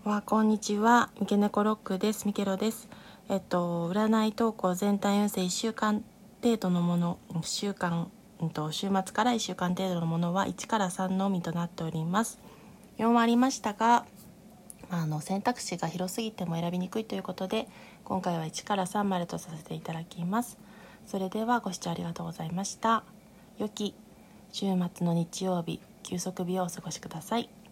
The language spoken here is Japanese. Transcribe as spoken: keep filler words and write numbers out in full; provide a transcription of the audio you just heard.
はこんにちは、三毛猫ロックです。ミケロです。えっと占い投稿全体運勢いっしゅうかん程度のもの、いっしゅうかん、うん、と週末からいっしゅうかん程度のものはいちからさんのみとなっております。よんはありましたが、あの選択肢が広すぎても選びにくいということで、今回はいちからさんまでとさせていただきます。それではご視聴ありがとうございました。良き週末の日曜日、休息日をお過ごしください。